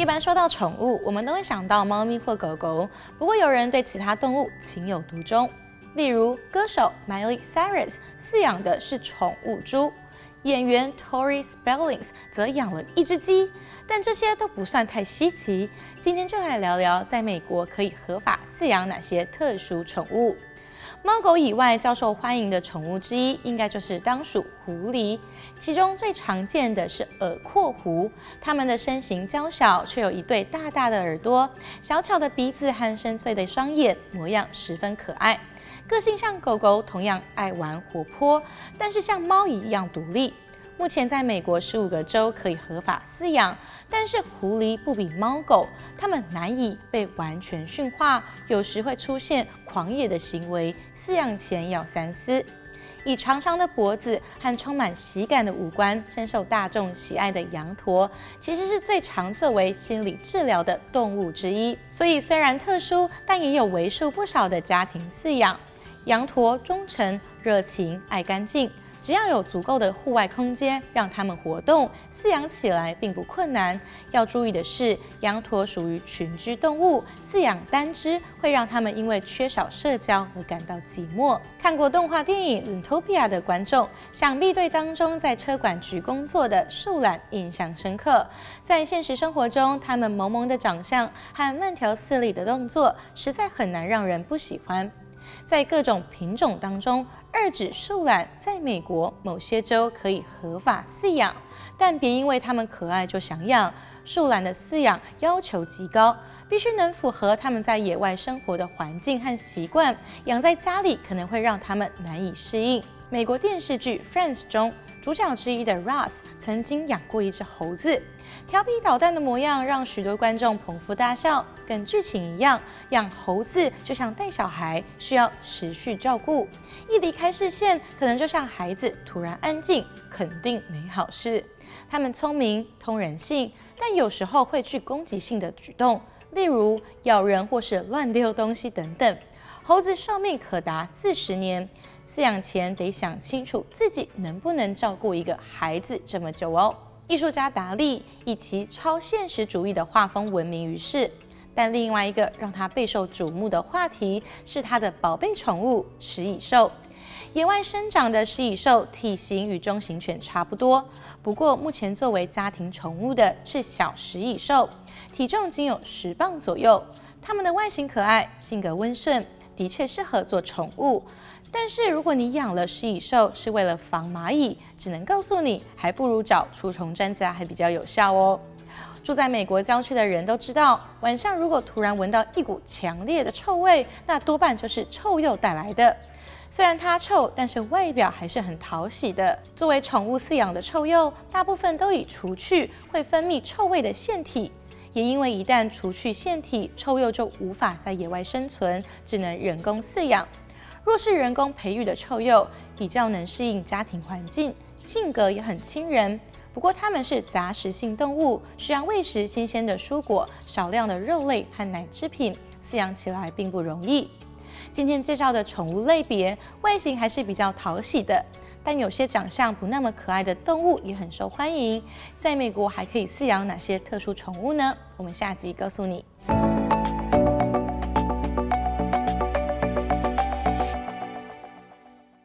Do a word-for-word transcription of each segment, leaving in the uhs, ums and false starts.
一般说到宠物，我们都会想到猫咪或狗狗，不过有人对其他动物情有独钟。例如，歌手 Miley Cyrus 饲养的是宠物猪，演员 Tori Spellings 则养了一只鸡。但这些都不算太稀奇。今天就来聊聊，在美国可以合法饲养哪些特殊宠物。猫狗以外，较受欢迎的宠物之一，应该就是当属狐狸。其中最常见的是耳廓狐，它们的身形娇小，却有一对大大的耳朵，小巧的鼻子和深邃的双眼，模样十分可爱。个性像狗狗，同样爱玩活泼，但是像猫一样独立。目前在美国十五个州可以合法饲养，但是狐狸不比猫狗，它们难以被完全驯化，有时会出现狂野的行为，饲养前要三思。以长长的脖子和充满喜感的五官，深受大众喜爱的羊驼，其实是最常作为心理治疗的动物之一。所以虽然特殊，但也有为数不少的家庭饲养。羊驼忠诚、热情、爱干净。只要有足够的户外空间让它们活动，饲养起来并不困难。要注意的是，羊驼属于群居动物，饲养单只会让它们因为缺少社交而感到寂寞。看过动画电影《Zootopia》的观众，想必对当中在车管局工作的树懒印象深刻。在现实生活中，它们萌萌的长相和慢条斯理的动作，实在很难让人不喜欢。在各种品种当中，二指树懒在美国某些州可以合法饲养，但别因为它们可爱就想养。树懒的饲养要求极高，必须能符合它们在野外生活的环境和习惯，养在家里可能会让它们难以适应。美国电视剧《Friends》中，主角之一的 Ross 曾经养过一只猴子，调皮捣蛋的模样让许多观众捧腹大笑。跟剧情一样，养猴子就像带小孩，需要持续照顾。一离开视线，可能就像孩子突然安静，肯定没好事。它们聪明、通人性，但有时候会具攻击性的举动，例如咬人或是乱丢东西等等。猴子寿命可达四十年，饲养前得想清楚自己能不能照顾一个孩子这么久哦。艺术家达利以其超现实主义的画风闻名于世。但另外一个让他备受瞩目的话题是他的宝贝宠物食蚁兽。野外生长的食蚁兽体型与中型犬差不多，不过目前作为家庭宠物的是小食蚁兽，体重仅有十磅左右。它们的外形可爱，性格温顺，的确适合做宠物。但是如果你养了食蚁兽是为了防蚂蚁，只能告诉你，还不如找除虫专家还比较有效哦。住在美国郊区的人都知道，晚上如果突然闻到一股强烈的臭味，那多半就是臭鼬带来的。虽然它臭，但是外表还是很讨喜的。作为宠物饲养的臭鼬，大部分都已除去会分泌臭味的腺体，也因为一旦除去腺体，臭鼬就无法在野外生存，只能人工饲养。若是人工培育的臭鼬，比较能适应家庭环境，性格也很亲人。不过它们是杂食性动物，需要喂食新鲜的蔬果、少量的肉类和奶制品，饲养起来并不容易。今天介绍的宠物类别，外形还是比较讨喜的，但有些长相不那么可爱的动物也很受欢迎。在美国还可以饲养哪些特殊宠物呢？我们下集告诉你。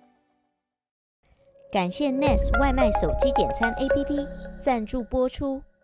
感谢 Nest 外卖手机点餐 A P P 赞助播出。